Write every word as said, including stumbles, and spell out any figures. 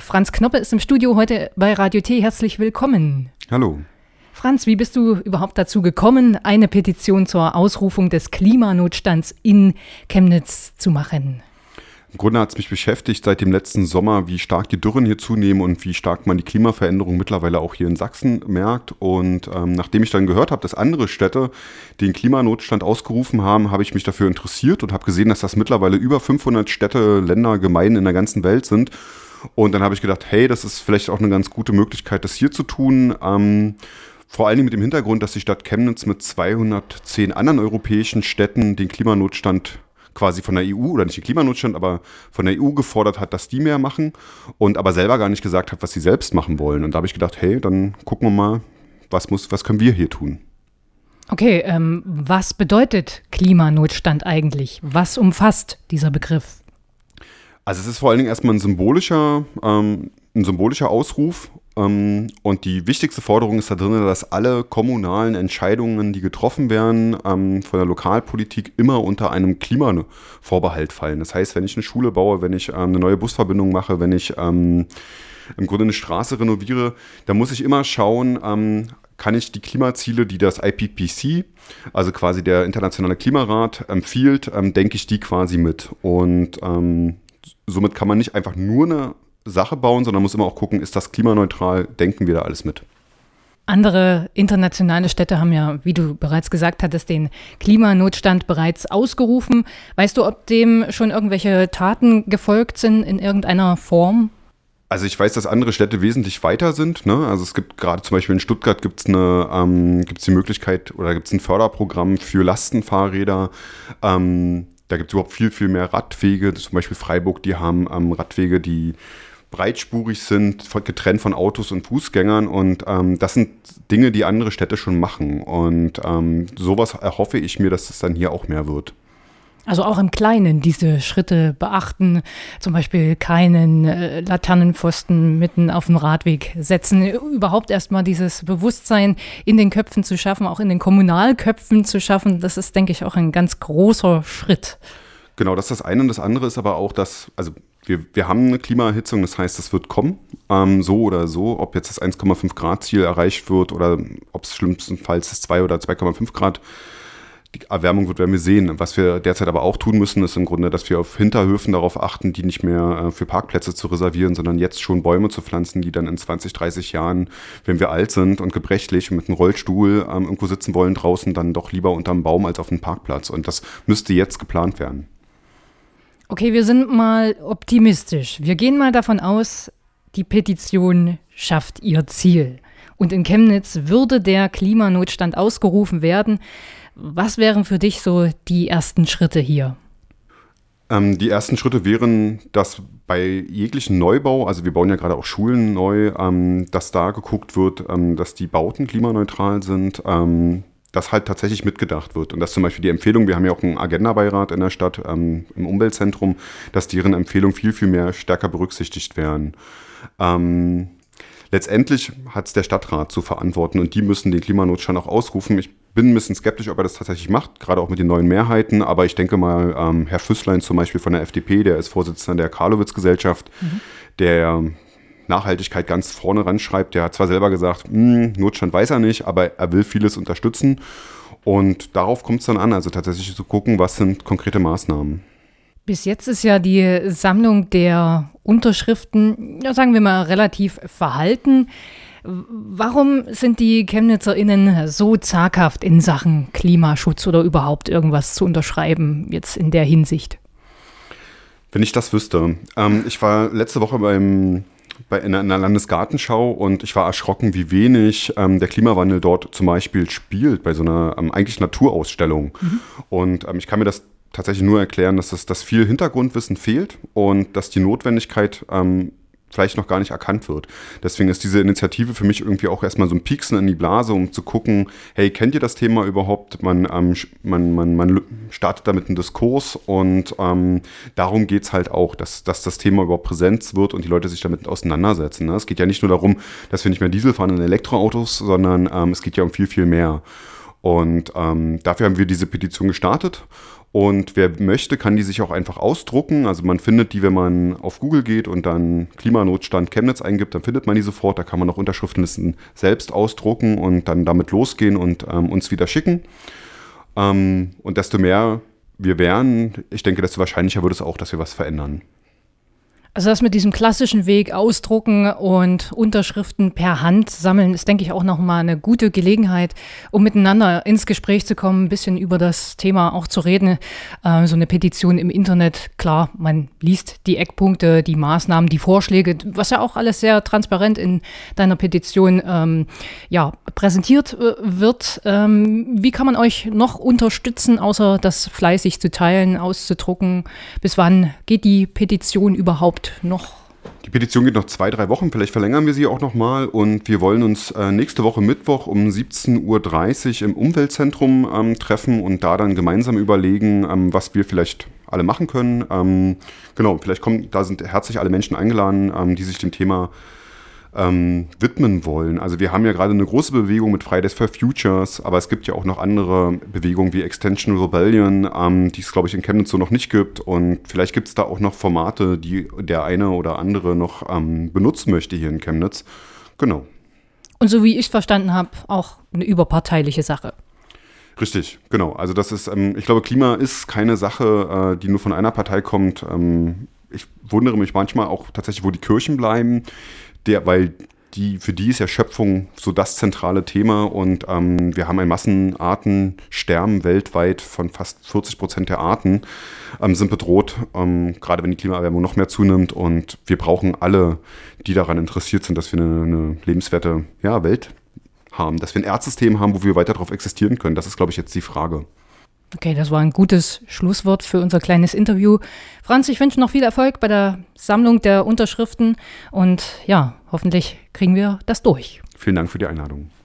Franz Knoppe ist im Studio heute bei Radio T. Herzlich willkommen. Hallo. Franz, wie bist du überhaupt dazu gekommen, eine Petition zur Ausrufung des Klimanotstands in Chemnitz zu machen? Im Grunde hat es mich beschäftigt seit dem letzten Sommer, wie stark die Dürren hier zunehmen und wie stark man die Klimaveränderung mittlerweile auch hier in Sachsen merkt. Und ähm, nachdem ich dann gehört habe, dass andere Städte den Klimanotstand ausgerufen haben, habe ich mich dafür interessiert und habe gesehen, dass das mittlerweile über fünfhundert Städte, Länder, Gemeinden in der ganzen Welt sind. Und dann habe ich gedacht, hey, das ist vielleicht auch eine ganz gute Möglichkeit, das hier zu tun. Ähm, Vor allen Dingen mit dem Hintergrund, dass die Stadt Chemnitz mit zweihundertzehn anderen europäischen Städten den Klimanotstand quasi von der E U, oder nicht den Klimanotstand, aber von der E U gefordert hat, dass die mehr machen und aber selber gar nicht gesagt hat, was sie selbst machen wollen. Und da habe ich gedacht, hey, dann gucken wir mal, was muss, was können wir hier tun? Okay, ähm, was bedeutet Klimanotstand eigentlich? Was umfasst dieser Begriff? Also es ist vor allen Dingen erstmal ein symbolischer, ähm, ein symbolischer Ausruf. Ähm, und die wichtigste Forderung ist da drin, dass alle kommunalen Entscheidungen, die getroffen werden, ähm, von der Lokalpolitik immer unter einem Klimavorbehalt fallen. Das heißt, wenn ich eine Schule baue, wenn ich ähm, eine neue Busverbindung mache, wenn ich ähm, im Grunde eine Straße renoviere, dann muss ich immer schauen, ähm, kann ich die Klimaziele, die das I P C C, also quasi der Internationale Klimarat, empfiehlt, ähm, denke ich die quasi mit. Und ähm, somit kann man nicht einfach nur eine Sache bauen, sondern muss immer auch gucken, ist das klimaneutral, denken wir da alles mit. Andere internationale Städte haben ja, wie du bereits gesagt hattest, den Klimanotstand bereits ausgerufen. Weißt du, ob dem schon irgendwelche Taten gefolgt sind in irgendeiner Form? Also ich weiß, dass andere Städte wesentlich weiter sind. Ne? Also es gibt gerade zum Beispiel in Stuttgart gibt es eine, ähm, gibt's die Möglichkeit oder gibt es ein Förderprogramm für Lastenfahrräder. Ähm, da gibt es überhaupt viel, viel mehr Radwege. Zum Beispiel Freiburg, die haben ähm, Radwege, die breitspurig sind, getrennt von Autos und Fußgängern. Und ähm, das sind Dinge, die andere Städte schon machen. Und ähm, sowas erhoffe ich mir, dass es dann hier auch mehr wird. Also auch im Kleinen diese Schritte beachten, zum Beispiel keinen äh, Laternenpfosten mitten auf dem Radweg setzen, überhaupt erstmal dieses Bewusstsein in den Köpfen zu schaffen, auch in den Kommunalköpfen zu schaffen, das ist, denke ich, auch ein ganz großer Schritt. Genau, das ist das eine und das andere ist aber auch, dass, also wir, wir haben eine Klimaerhitzung, das heißt, es wird kommen, ähm, so oder so, ob jetzt das eins Komma fünf Grad Ziel erreicht wird oder ob es schlimmstenfalls das zwei oder zwei Komma fünf Grad die Erwärmung wird, werden wir sehen. Was wir derzeit aber auch tun müssen, ist im Grunde, dass wir auf Hinterhöfen darauf achten, die nicht mehr äh, für Parkplätze zu reservieren, sondern jetzt schon Bäume zu pflanzen, die dann in zwanzig, dreißig Jahren, wenn wir alt sind und gebrechlich und mit einem Rollstuhl ähm, irgendwo sitzen wollen draußen, dann doch lieber unterm Baum als auf einem Parkplatz. Und das müsste jetzt geplant werden. Okay, wir sind mal optimistisch. Wir gehen mal davon aus, die Petition schafft ihr Ziel. Und in Chemnitz würde der Klimanotstand ausgerufen werden. Was wären für dich so die ersten Schritte hier? Ähm, die ersten Schritte wären, dass bei jeglichen Neubau, also wir bauen ja gerade auch Schulen neu, ähm, dass da geguckt wird, ähm, dass die Bauten klimaneutral sind, ähm, dass halt tatsächlich mitgedacht wird. Und dass zum Beispiel die Empfehlung, wir haben ja auch einen Agenda-Beirat in der Stadt, ähm, im Umweltzentrum, dass deren Empfehlungen viel, viel mehr stärker berücksichtigt werden. Ähm, letztendlich hat es der Stadtrat zu verantworten und die müssen den Klimanotstand auch ausrufen. Ich bin ein bisschen skeptisch, ob er das tatsächlich macht, gerade auch mit den neuen Mehrheiten. Aber ich denke mal, ähm, Herr Füßlein zum Beispiel von der F D P, der ist Vorsitzender der Karlowitz-Gesellschaft, mhm. der Nachhaltigkeit ganz vorne ranschreibt. Der hat zwar selber gesagt, Notstand weiß er nicht, aber er will vieles unterstützen. Und darauf kommt es dann an, also tatsächlich zu gucken, was sind konkrete Maßnahmen. Bis jetzt ist ja die Sammlung der Unterschriften, ja, sagen wir mal, relativ verhalten. Warum sind die ChemnitzerInnen so zaghaft in Sachen Klimaschutz oder überhaupt irgendwas zu unterschreiben jetzt in der Hinsicht? Wenn ich das wüsste. Ähm, ich war letzte Woche beim, bei in einer Landesgartenschau und ich war erschrocken, wie wenig ähm, der Klimawandel dort zum Beispiel spielt bei so einer ähm, eigentlich Naturausstellung. Mhm. Und ähm, ich kann mir das tatsächlich nur erklären, dass, das, dass viel Hintergrundwissen fehlt und dass die Notwendigkeit ähm, vielleicht noch gar nicht erkannt wird. Deswegen ist diese Initiative für mich irgendwie auch erstmal so ein Pieksen in die Blase, um zu gucken, hey, kennt ihr das Thema überhaupt? Man, ähm, man, man, man startet damit einen Diskurs und ähm, darum geht es halt auch, dass, dass das Thema überhaupt Präsenz wird und die Leute sich damit auseinandersetzen. Ne? Es geht ja nicht nur darum, dass wir nicht mehr Diesel fahren in Elektroautos, sondern ähm, es geht ja um viel, viel mehr. Und ähm, dafür haben wir diese Petition gestartet. Und wer möchte, kann die sich auch einfach ausdrucken. Also man findet die, wenn man auf Google geht und dann Klimanotstand Chemnitz eingibt, dann findet man die sofort. Da kann man auch Unterschriftenlisten selbst ausdrucken und dann damit losgehen und ähm, uns wieder schicken. Ähm, und desto mehr wir wären, ich denke, desto wahrscheinlicher wird es auch, dass wir was verändern. Also das mit diesem klassischen Weg ausdrucken und Unterschriften per Hand sammeln, ist, denke ich, auch nochmal eine gute Gelegenheit, um miteinander ins Gespräch zu kommen, ein bisschen über das Thema auch zu reden. Äh, so eine Petition im Internet, klar, man liest die Eckpunkte, die Maßnahmen, die Vorschläge, was ja auch alles sehr transparent in deiner Petition ähm, ja, präsentiert äh, wird. Ähm, wie kann man euch noch unterstützen, außer das fleißig zu teilen, auszudrucken? Bis wann geht die Petition überhaupt noch? Die Petition geht noch zwei, drei Wochen, vielleicht verlängern wir sie auch nochmal und wir wollen uns äh, nächste Woche Mittwoch um siebzehn Uhr dreißig im Umweltzentrum ähm, treffen und da dann gemeinsam überlegen, ähm, was wir vielleicht alle machen können. Ähm, genau, vielleicht kommen, da sind herzlich alle Menschen eingeladen, ähm, die sich dem Thema ähm, widmen wollen. Also wir haben ja gerade eine große Bewegung mit Fridays for Futures, aber es gibt ja auch noch andere Bewegungen wie Extinction Rebellion, ähm, die es, glaube ich, in Chemnitz so noch nicht gibt. Und vielleicht gibt es da auch noch Formate, die der eine oder andere noch ähm, benutzen möchte hier in Chemnitz. Genau. Und so wie ich es verstanden habe, auch eine überparteiliche Sache. Richtig, genau. Also das ist, ähm, ich glaube, Klima ist keine Sache, äh, die nur von einer Partei kommt. Ähm, ich wundere mich manchmal auch tatsächlich, wo die Kirchen bleiben. Der, weil die, für die ist ja Schöpfung so das zentrale Thema und ähm, wir haben ein Massenartensterben weltweit von fast vierzig Prozent der Arten ähm, sind bedroht, ähm, gerade wenn die Klimaerwärmung noch mehr zunimmt und wir brauchen alle, die daran interessiert sind, dass wir eine, eine lebenswerte ja, Welt haben, dass wir ein Erdsystem haben, wo wir weiter darauf existieren können. Das ist, glaube ich, jetzt die Frage. Okay, das war ein gutes Schlusswort für unser kleines Interview. Franz, ich wünsche noch viel Erfolg bei der Sammlung der Unterschriften und ja, hoffentlich kriegen wir das durch. Vielen Dank für die Einladung.